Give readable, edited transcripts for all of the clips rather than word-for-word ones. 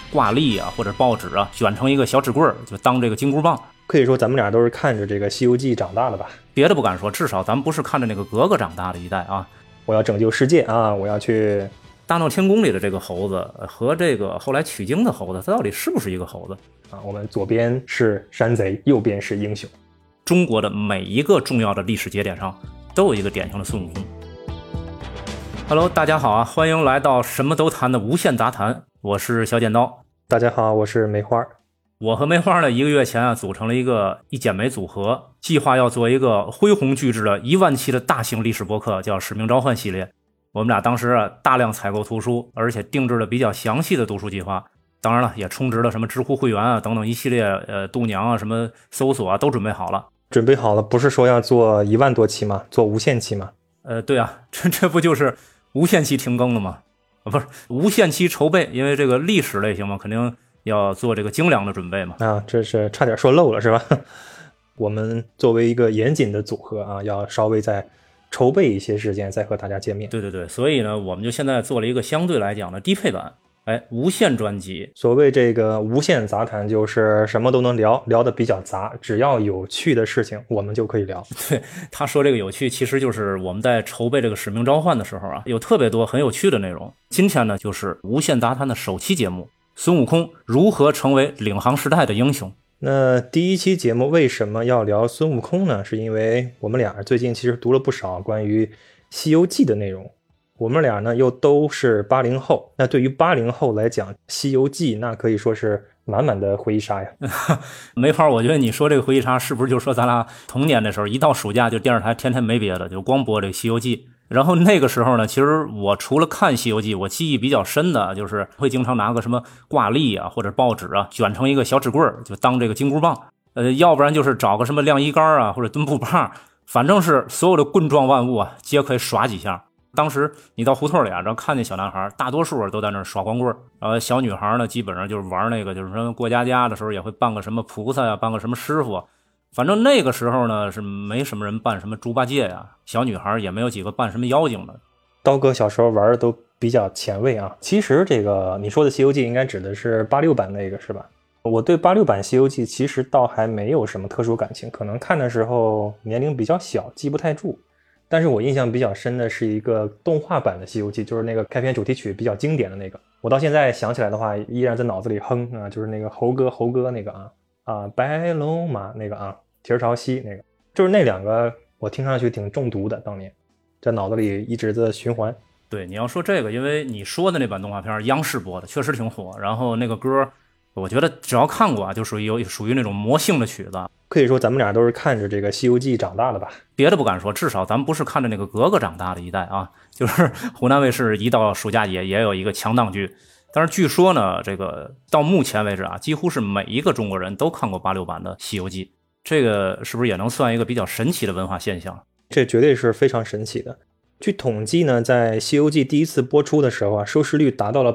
挂历啊或者报纸啊卷成一个小纸棍儿，就当这个金箍棒。 可以说咱们俩都是看着这个《西游记》长大的吧？ 别的不敢说，至少咱们不是看着那个格格长大的一代啊。 我要拯救世界啊！我要去大闹天宫里的这个猴子和这个后来取经的猴子，它到底是不是一个猴子啊？我们左边是山贼，右边是英雄。 中国的每一个重要的历史节点上都有一个典型的孙悟空。Hello， 大家好啊，欢迎来到什么都谈的无限杂谈，我是小剪刀。 大家好，我是梅花。 我和梅花呢，1个月前组成了一个一剪梅组合，计划要做一个恢弘巨制的1万期的大型历史播客，叫使命召唤系列。我们俩当时大量采购图书，而且定制了比较详细的读书计划。当然了，也充值了什么知乎会员啊等等一系列度娘啊什么搜索啊都准备好了。 准备好了，不是说要做1万多期吗？做无限期吗？ 对啊，这不就是无限期停更了吗？不是无限期筹备，因为这个历史类型嘛，肯定要做这个精良的准备嘛。 啊，这是差点说漏了是吧？我们作为一个严谨的组合啊，要稍微再筹备一些时间再和大家见面。 对对对，所以呢，我们就现在做了一个相对来讲的低配版，无限专辑。 所谓这个无限杂谈，就是什么都能聊，聊得比较杂，只要有趣的事情我们就可以聊。 对，他说这个有趣，其实就是我们在筹备这个使命召唤的时候啊，有特别多很有趣的内容。今天呢，就是无限杂谈的首期节目，孙悟空如何成为领航时代的英雄。 那第一期节目为什么要聊孙悟空呢？是因为我们俩最近其实读了不少关于《西游记》的内容。我们俩呢又都是80后，那对于80后来讲，《西游记》那可以说是满满的回忆杀呀。 没法，我觉得你说这个回忆杀是不是就是说咱俩童年的时候，一到暑假就电视台天天没别的，就光播这个《西游记》。然后那个时候呢，其实我除了看《西游记》，我记忆比较深的就是会经常拿个什么挂历啊或者报纸啊卷成一个小纸棍儿，就当这个金箍棒。要不然就是找个什么晾衣杆啊或者墩布棒，反正是所有的棍状万物啊皆可以耍几下。当时你到胡同里啊，然后看见小男孩，大多数都在那耍光棍，然后小女孩呢，基本上就是玩那个，就是说过家家的时候也会扮个什么菩萨呀，扮个什么师傅。反正那个时候呢，是没什么人扮什么猪八戒呀，小女孩也没有几个扮什么妖精的。 刀哥小时候玩的都比较前卫啊。其实这个你说的《西游记》应该指的是86版那个是吧？我对86版《西游记》其实倒还没有什么特殊感情，可能看的时候年龄比较小，记不太住。但是我印象比较深的是一个动画版的《西游记》，就是那个开篇主题曲比较经典的那个。我到现在想起来的话，依然在脑子里哼啊，就是那个猴哥那个白龙马那个蹄儿朝西那个，就是那两个我听上去挺中毒的，当年在脑子里一直在循环。 对，你要说这个，因为你说的那版动画片央视播的，确实挺火。然后那个歌，我觉得只要看过啊，就属于那种魔性的曲子。 可以说咱们俩都是看着这个《西游记》长大的吧？ 别的不敢说，至少咱们不是看着那个格格长大的一代啊。就是湖南卫视一到暑假也有一个强档剧，但是据说呢，这个到目前为止啊，几乎是每一个中国人都看过86版的《西游记》，这个是不是也能算一个比较神奇的文化现象？ 这绝对是非常神奇的。据统计呢，在《西游记》第一次播出的时候啊，收视率达到了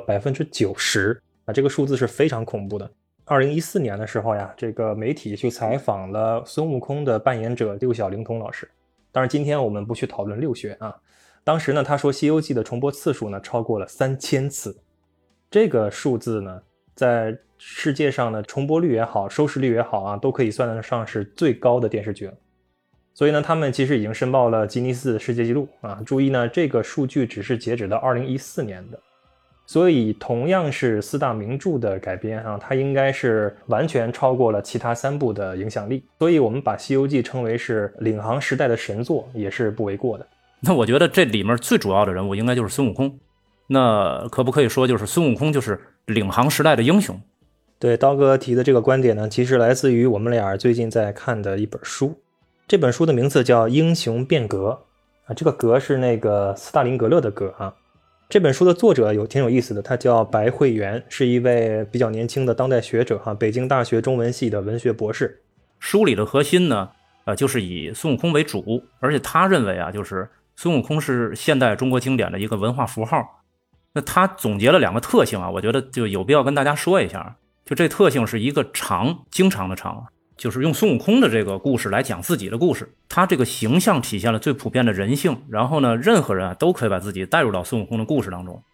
90%啊，这个数字是非常恐怖的。2014年的时候呀，这个媒体去采访了孙悟空的扮演者六小龄童老师。当然今天我们不去讨论六学啊。当时呢，他说《西游记》的重播次数呢超过了3000次。这个数字呢，在世界上的重播率也好，收视率也好啊，都可以算得上是最高的电视剧了。所以呢，他们其实已经申报了吉尼斯世界纪录啊。注意呢，这个数据只是截止到2014年的。所以同样是4大名著的改编啊，它应该是完全超过了其他3部的影响力。所以我们把《西游记》称为是领航时代的神作，也是不为过的。 那我觉得这里面最主要的人物应该就是孙悟空。那可不可以说就是孙悟空就是领航时代的英雄？ 对，刀哥提的这个观点呢，其实来自于我们俩最近在看的一本书。这本书的名字叫《英雄变革》啊，这个革是那个斯大林格勒的革啊。这本书的作者挺有意思的，他叫白慧元，是一位比较年轻的当代学者北京大学中文系的文学博士。 书里的核心呢，就是以孙悟空为主，而且他认为啊，就是孙悟空是现代中国经典的一个文化符号。那他总结了2个特性啊，我觉得就有必要跟大家说一下。就这特性是一个常，经常的常，就是用孙悟空的这个故事来讲自己的故事。他这个形象体现了最普遍的人性，然后呢，任何人都可以把自己带入到孙悟空的故事当中。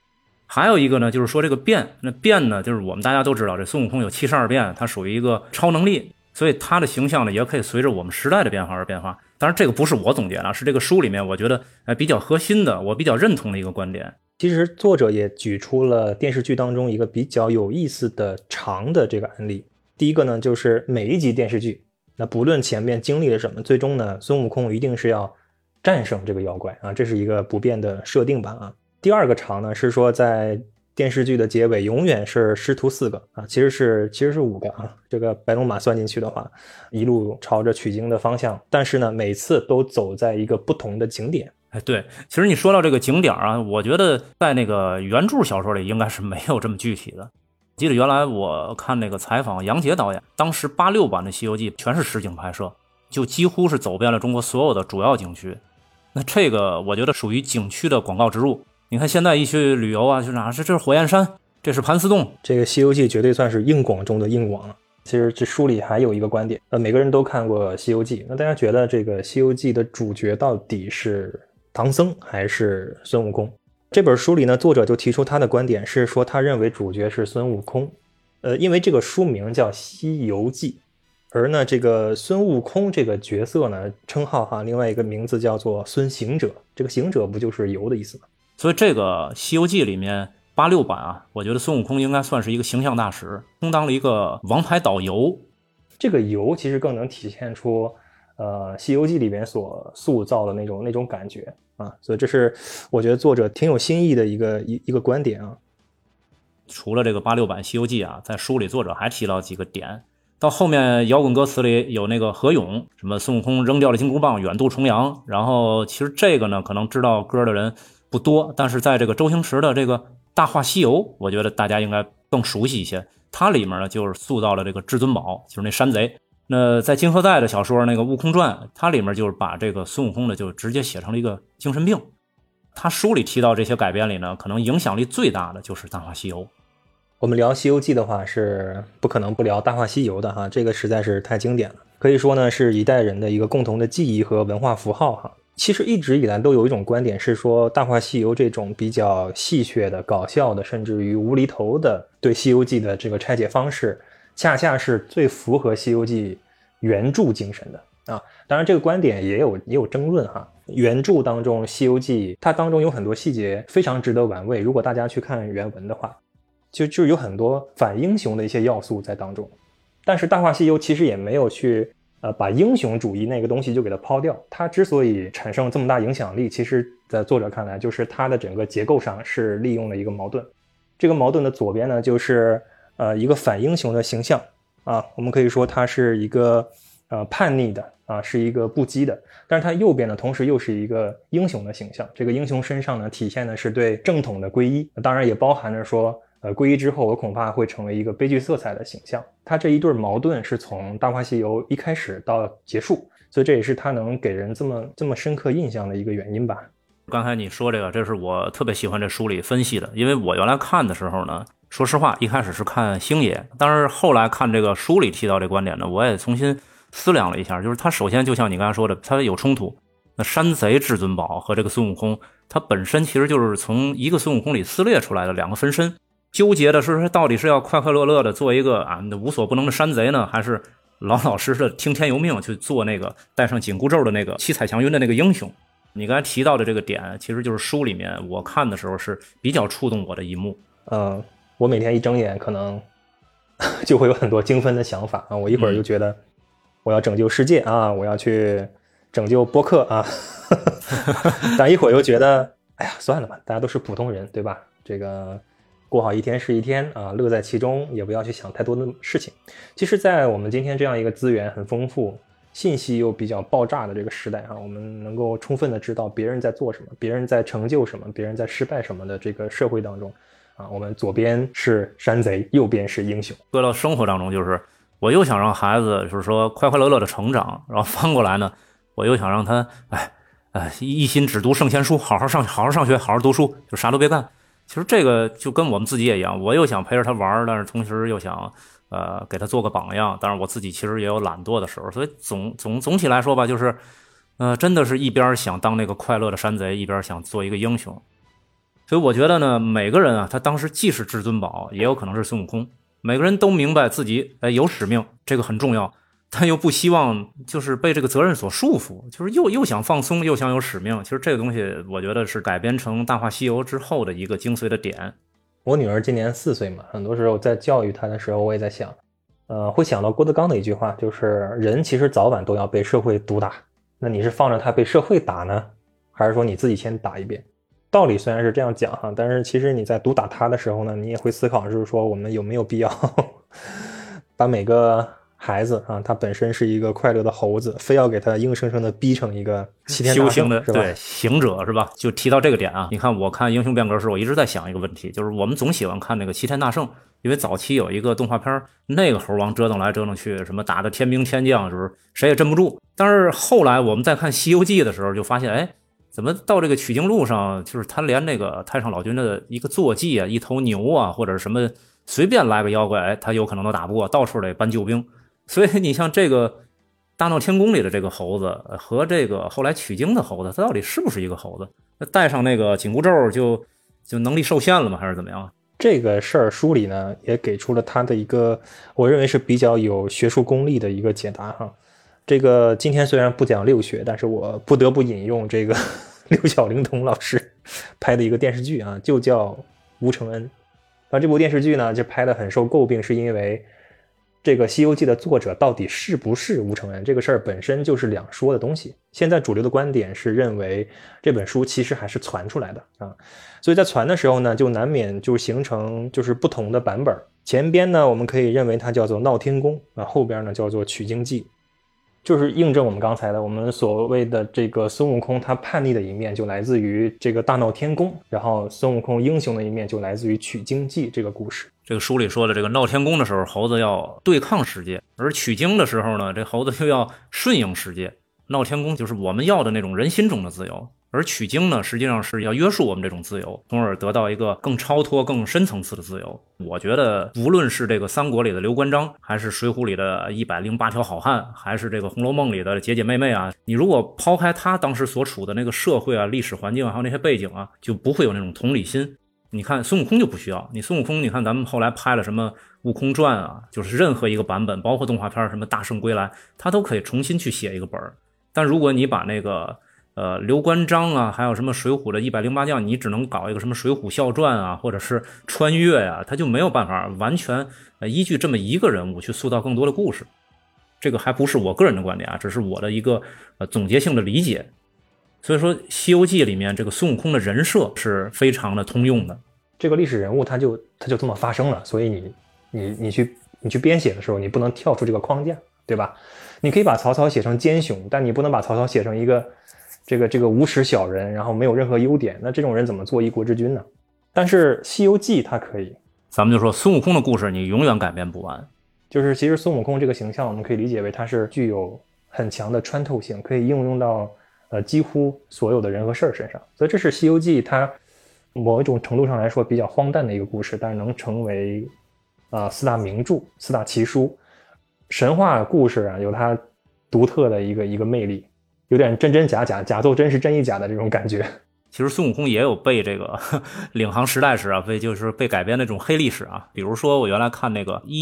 还有一个呢，就是说这个变，那变呢，就是我们大家都知道，这孙悟空有72变，它属于一个超能力，所以他的形象呢，也可以随着我们时代的变化而变化。当然，这个不是我总结的，是这个书里面我觉得比较核心的，我比较认同的一个观点。 其实作者也举出了电视剧当中一个比较有意思的长的这个案例。第一个呢，就是每一集电视剧，那不论前面经历了什么，最终呢，孙悟空一定是要战胜这个妖怪啊，这是一个不变的设定吧啊。第二个长呢，是说在电视剧的结尾永远是师徒4个啊，其实是5个啊，这个白龙马算进去的话，一路朝着取经的方向，但是呢，每次都走在一个不同的景点。 对，其实你说到这个景点啊，我觉得在那个原著小说里应该是没有这么具体的。记得原来我看那个采访杨洁导演，当时86版的《西游记》全是实景拍摄，就几乎是走遍了中国所有的主要景区。那这个我觉得属于景区的广告植入。你看现在一去旅游啊，就哪这是火焰山，这是盘丝洞， 这个《西游记》绝对算是硬广中的硬广了。其实这书里还有一个观点，每个人都看过《西游记》，那大家觉得这个《西游记》的主角到底是唐僧还是孙悟空？这本书里呢，作者就提出他的观点是说，他认为主角是孙悟空。因为这个书名叫《西游记》，而呢这个孙悟空这个角色呢，称号哈，另外一个名字叫做孙行者，这个行者不就是游的意思吗？ 所以这个《西游记》里面86版啊，我觉得孙悟空应该算是一个形象大使，充当了一个王牌导游。 这个游其实更能体现出《西游记》里边所塑造的那种感觉啊，所以这是我觉得作者挺有新意的一个观点啊。 除了这个86版《西游记》啊，在书里作者还提到几个点。到后面摇滚歌词里有那个何勇，什么孙悟空扔掉了金箍棒远渡重洋，然后其实这个呢可能知道歌的人不多，但是在这个周星驰的这个《大话西游》，我觉得大家应该更熟悉一些。它里面呢就是塑造了这个至尊宝，就是那山贼。那在金河在的小说那个《悟空传》，它里面就是把这个孙悟空呢就直接写成了一个精神病。他书里提到这些改编里呢，可能影响力最大的就是《大话西游》。 我们聊《西游记》的话，是不可能不聊《大话西游》的哈，这个实在是太经典了，可以说呢是一代人的一个共同的记忆和文化符号哈。其实一直以来都有一种观点是说，《大话西游》这种比较戏谑的、搞笑的，甚至于无厘头的对《西游记》的这个拆解方式，恰恰是最符合《西游记》原著精神的啊。当然，这个观点也有争论哈。原著当中，《西游记》它当中有很多细节非常值得玩味，如果大家去看原文的话。就有很多反英雄的一些要素在当中，但是《大话西游》其实也没有去把英雄主义那个东西就给它抛掉。它之所以产生这么大影响力，其实在作者看来，就是它的整个结构上是利用了一个矛盾。这个矛盾的左边呢，就是一个反英雄的形象啊，我们可以说它是一个叛逆的啊，是一个不羁的。但是它右边呢，同时又是一个英雄的形象。这个英雄身上呢，体现的是对正统的皈依，当然也包含着说。皈依之后，我恐怕会成为一个悲剧色彩的形象。他这一对矛盾是从《大话西游》一开始到结束，所以这也是他能给人这么深刻印象的一个原因吧。 刚才你说这个，这是我特别喜欢这书里分析的，因为我原来看的时候呢，说实话，一开始是看星爷，但是后来看这个书里提到这观点呢，我也重新思量了一下，就是他首先就像你刚才说的，他有冲突。那山贼至尊宝和这个孙悟空，他本身其实就是从一个孙悟空里撕裂出来的两个分身。纠结的是到底是要快快乐乐的做一个无所不能的山贼呢，还是老老实实的听天由命去做那个带上紧箍咒的那个七彩祥云的那个英雄？你刚才提到的这个点，其实就是书里面我看的时候是比较触动我的一幕。 我每天一睁眼可能就会有很多精分的想法啊，我一会儿就觉得我要拯救世界啊，我要去拯救播客啊，但一会儿又觉得哎呀算了吧，大家都是普通人对吧？这个过好一天是一天啊，乐在其中，也不要去想太多的事情。其实在我们今天这样一个资源很丰富，信息又比较爆炸的这个时代啊，我们能够充分的知道别人在做什么，别人在成就什么，别人在失败什么的这个社会当中啊，我们左边是山贼，右边是英雄。 搁到生活当中，就是我又想让孩子就是说快快乐乐的成长，然后翻过来呢，我又想让他一心只读圣贤书，好好上学，好好读书，就啥都别干。其实这个就跟我们自己也一样，我又想陪着他玩，但是同时又想给他做个榜样。当然我自己其实也有懒惰的时候，所以总体来说吧，就是真的是一边想当那个快乐的山贼，一边想做一个英雄。 所以我觉得呢，每个人啊，他当时既是至尊宝，也有可能是孙悟空。每个人都明白自己有使命，这个很重要，但又不希望就是被这个责任所束缚，就是又想放松，又想有使命。其实这个东西，我觉得是改编成《大话西游》之后的一个精髓的点。 我女儿今年4岁嘛，很多时候在教育她的时候，我也在想，会想到郭德纲的一句话，就是人其实早晚都要被社会毒打，那你是放着他被社会打呢，还是说你自己先打一遍？道理虽然是这样讲哈，但是其实你在毒打他的时候呢，你也会思考，就是说我们有没有必要把每个孩子啊，他本身是一个快乐的猴子，非要给他硬生生的逼成一个齐天大圣修行的是吧？ 对行者是吧？就提到这个点啊，你看我看英雄变革时，我一直在想一个问题，就是我们总喜欢看那个齐天大圣，因为早期有一个动画片，那个猴王折腾来折腾去，什么打的天兵天将，就是谁也镇不住。但是后来我们在看《西游记》的时候，就发现，哎，怎么到这个取经路上，就是他连那个太上老君的一个坐骑啊，一头牛啊，或者什么随便来个妖怪，哎，他有可能都打不过，到处得搬救兵。所以你像这个大闹天宫里的这个猴子和这个后来取经的猴子，它到底是不是一个猴子？那戴上那个紧箍咒就能力受限了吗？还是怎么样？ 这个事儿书里呢也给出了他的一个我认为是比较有学术功力的一个解答哈。这个今天虽然不讲六学，但是我不得不引用这个六小龄童老师拍的一个电视剧啊，就叫《吴承恩》。那这部电视剧呢就拍得很受诟病，是因为这个《西游记》的作者到底是不是吴承恩这个事儿本身就是两说的东西。现在主流的观点是认为这本书其实还是传出来的啊，所以在传的时候呢，就难免就形成就是不同的版本。前边呢，我们可以认为它叫做闹天宫啊，后边呢叫做取经记，就是印证我们刚才的我们所谓的这个孙悟空他叛逆的一面就来自于这个大闹天宫，然后孙悟空英雄的一面就来自于取经记这个故事。 这个书里说的，这个闹天宫的时候，猴子要对抗世界；而取经的时候呢，这猴子就要顺应世界。闹天宫就是我们要的那种人心中的自由，而取经呢，实际上是要约束我们这种自由，从而得到一个更超脱、更深层次的自由。我觉得，无论是这个三国里的刘关张，还是水浒里的108条好汉，还是这个红楼梦里的姐姐妹妹啊，你如果抛开他当时所处的那个社会啊、历史环境啊，还有那些背景啊，就不会有那种同理心。你看孙悟空就不需要，你孙悟空，你看咱们后来拍了什么《悟空传》啊，就是任何一个版本，包括动画片什么《大圣归来》，他都可以重新去写一个本。但如果你把那个刘关张啊，还有什么水浒的108将，你只能搞一个什么水浒笑传啊，或者是穿越啊，他就没有办法完全依据这么一个人物去塑造更多的故事。这个还不是我个人的观点啊，只是我的一个总结性的理解。所以说《西游记》里面这个孙悟空的人设是非常的通用的， 这个历史人物他就这么发生了，所以你去编写的时候，你不能跳出这个框架，对吧？你可以把曹操写成奸雄，但你不能把曹操写成一个这个无耻小人，然后没有任何优点，那这种人怎么做一国之君呢？但是《西游记》它可以， 咱们就说孙悟空的故事你永远改编不完， 就是其实孙悟空这个形象我们可以理解为它是具有很强的穿透性，可以应用到几乎所有的人和事儿身上，所以这是《西游记》它某一种程度上来说比较荒诞的一个故事，但是能成为4大名著、4大奇书。神话故事啊，有它独特的一个魅力，有点真真假假，假作真时真亦假的这种感觉。 其实孙悟空也有被这个领航时代史啊，就是被改编的这种黑历史啊。比如说我原来看那个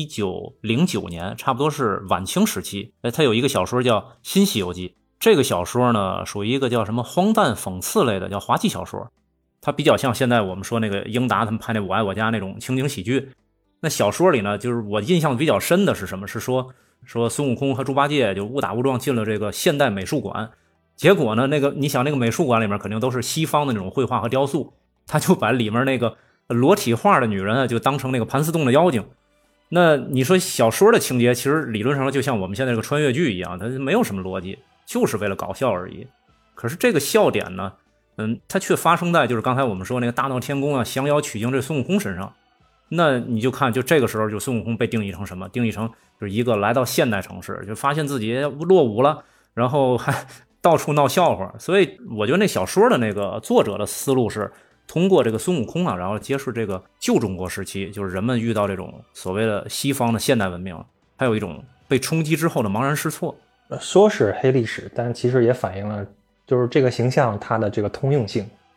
1909年，差不多是晚清时期，它有一个小说叫《新西游记》。这个小说呢，属于一个叫什么荒诞讽刺类的，叫滑稽小说。它比较像现在我们说那个英达他们拍那《我爱我家》那种情景喜剧。那小说里呢，就是我印象比较深的是什么？是说孙悟空和猪八戒就误打误撞进了这个现代美术馆，结果呢，你想那个美术馆里面肯定都是西方的那种绘画和雕塑，他就把里面那个裸体画的女人啊，就当成那个盘丝洞的妖精。那你说小说的情节，其实理论上就像我们现在这个穿越剧一样，它没有什么逻辑，就是为了搞笑而已。可是这个笑点呢，它却发生在就是刚才我们说那个大闹天宫啊，降妖取经这孙悟空身上。那你就看，就这个时候，就孙悟空被定义成什么？定义成就是一个来到现代城市，就发现自己落伍了，然后还到处闹笑话。所以我觉得那小说的那个作者的思路是通过这个孙悟空啊，然后揭示这个旧中国时期，就是人们遇到这种所谓的西方的现代文明，还有一种被冲击之后的茫然失措。 说是黑历史，但其实也反映了就是这个形象它的这个通用性。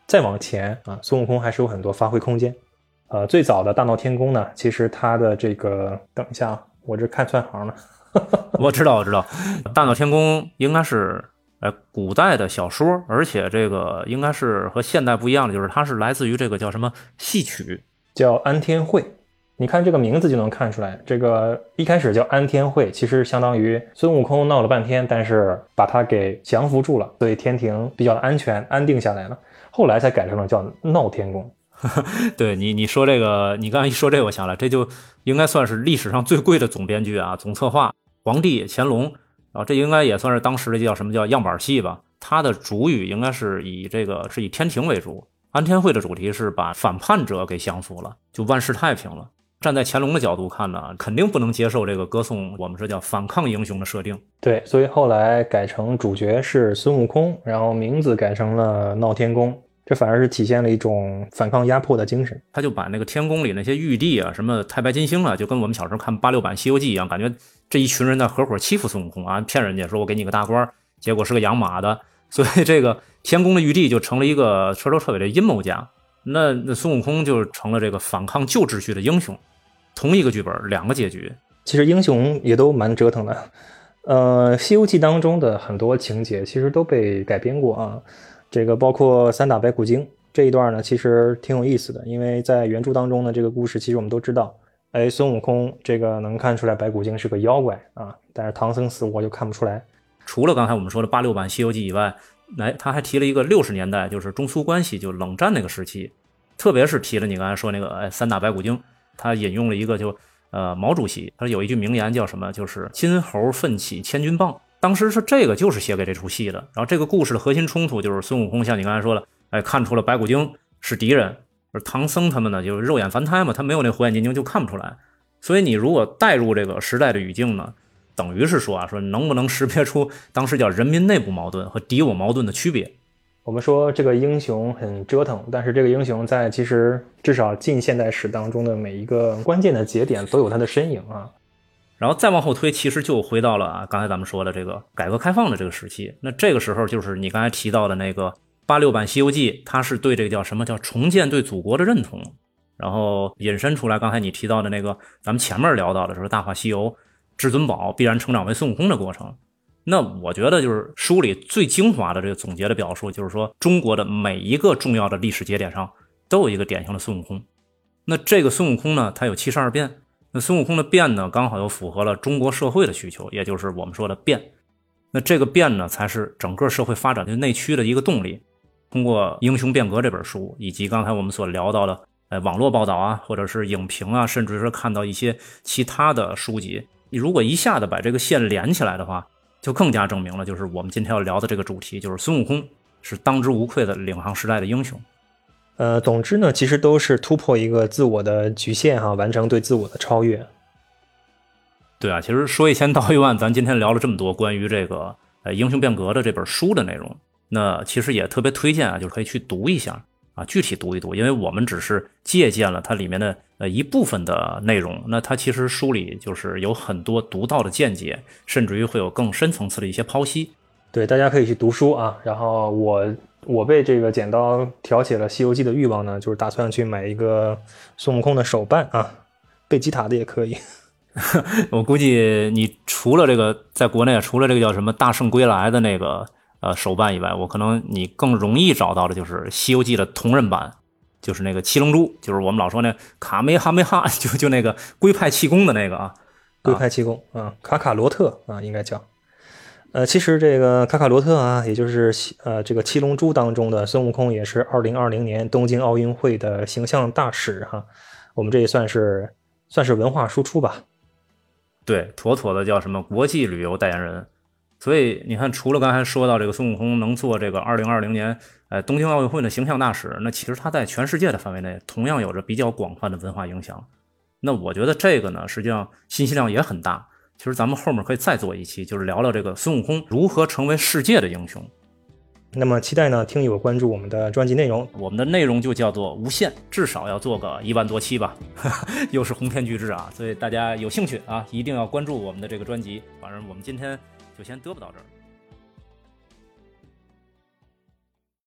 再往前啊，孙悟空还是有很多发挥空间。最早的大闹天宫呢，其实它的这个，等一下，我这看串行了。 我知道，大闹天宫应该是古代的小说，而且这个应该是和现代不一样的，就是它是来自于这个叫什么戏曲， 叫安天会。你看这个名字就能看出来，这个一开始叫安天会，其实相当于孙悟空闹了半天，但是把他给降服住了，所以天庭比较安全安定下来了，后来才改成了叫闹天宫。 对，你说这个，你刚才一说这个，我想了，这就应该算是历史上最贵的总编剧啊，总策划皇帝乾隆，然后这应该也算是当时的叫什么叫样板戏吧。它的主语应该是以天庭为主，安天会的主题是把反叛者给降服了，就万事太平了。站在乾隆的角度看呢，肯定不能接受这个歌颂我们说叫反抗英雄的设定。 对，所以后来改成主角是孙悟空，然后名字改成了闹天宫。这反而是体现了一种反抗压迫的精神。 他就把那个天宫里那些玉帝啊，什么太白金星啊，就跟我们小时候看86版《西游记》一样，感觉这一群人在合伙欺负孙悟空啊，骗人家说我给你个大官，结果是个养马的，所以这个天宫的玉帝就成了一个彻头彻尾的阴谋家。那孙悟空就成了这个反抗旧秩序的英雄。同一个剧本，两个结局。 其实英雄也都蛮折腾的。《西游记》当中的很多情节其实都被改编过啊。这个包括三打白骨精这一段呢，其实挺有意思的，因为在原著当中呢，这个故事其实我们都知道，孙悟空这个能看出来白骨精是个妖怪啊，但是唐僧死活就看不出来。 除了刚才我们说的86版《西游记》以外，他还提了一个60年代，就是中苏关系，就冷战那个时期，特别是提了你刚才说那个三打白骨精，他引用了一个毛主席，他有一句名言叫什么，就是金猴奋起千钧棒。当时是这个就是写给这出戏的，然后这个故事的核心冲突就是孙悟空像你刚才说的，看出了白骨精是敌人，而唐僧他们呢就是肉眼凡胎嘛，他没有那火眼金睛就看不出来。所以你如果带入这个时代的语境呢，等于是说能不能识别出当时叫人民内部矛盾和敌我矛盾的区别。 我们说这个英雄很折腾，但是这个英雄在其实至少近现代史当中的每一个关键的节点都有他的身影啊。 然后再往后推，其实就回到了刚才咱们说的这个改革开放的这个时期。那这个时候就是你刚才提到的那个86版《西游记》，它是对这个叫什么叫重建对祖国的认同，然后引申出来刚才你提到的那个咱们前面聊到的说《大话西游》，至尊宝必然成长为孙悟空的过程。那我觉得就是书里最精华的这个总结的表述，就是说中国的每一个重要的历史节点上都有一个典型的孙悟空。那这个孙悟空呢，他有72变。那孙悟空的变呢，刚好又符合了中国社会的需求，也就是我们说的变。那这个变呢，才是整个社会发展的内驱的一个动力。通过《英雄变革》这本书，以及刚才我们所聊到的网络报道啊，或者是影评啊，甚至是看到一些其他的书籍，你如果一下子把这个线连起来的话，就更加证明了，就是我们今天要聊的这个主题，就是孙悟空是当之无愧的领航时代的英雄。 总之呢，其实都是突破一个自我的局限完成对自我的超越。 对啊，其实说一千道一万，咱今天聊了这么多关于这个英雄变革的这本书的内容，那其实也特别推荐就是可以去读一下啊，具体读一读，因为我们只是借鉴了它里面的一部分的内容，那它其实书里就是有很多独到的见解，甚至于会有更深层次的一些剖析。 对，大家可以去读书啊。然后我被这个剪刀挑起了《西游记》的欲望呢，就是打算去买一个孙悟空的手办啊，贝吉塔的也可以。 我估计你除了这个在国内除了这个叫什么大圣归来的那个手办以外，我可能你更容易找到的就是《西游记》的同人版，就是那个七龙珠，就是我们老说那卡梅哈梅哈，就那个龟派气功的那个啊， 龟派气功啊，卡卡罗特啊，应该叫。其实这个卡卡罗特啊，也就是这个七龙珠当中的孙悟空，也是2020年东京奥运会的形象大使哈。我们这也算是文化输出吧。 对，妥妥的叫什么国际旅游代言人。所以你看，除了刚才说到这个孙悟空能做这个2020年东京奥运会的形象大使，那其实他在全世界的范围内同样有着比较广泛的文化影响。那我觉得这个呢，实际上信息量也很大。其实咱们后面可以再做一期，就是聊聊这个孙悟空如何成为世界的英雄。 那么期待呢听友关注我们的专辑内容， 我们的内容就叫做无限，至少要做个1万多期吧，又是鸿篇巨制啊，所以大家有兴趣啊，一定要关注我们的这个专辑。反正我们今天就先嘚啵到这儿。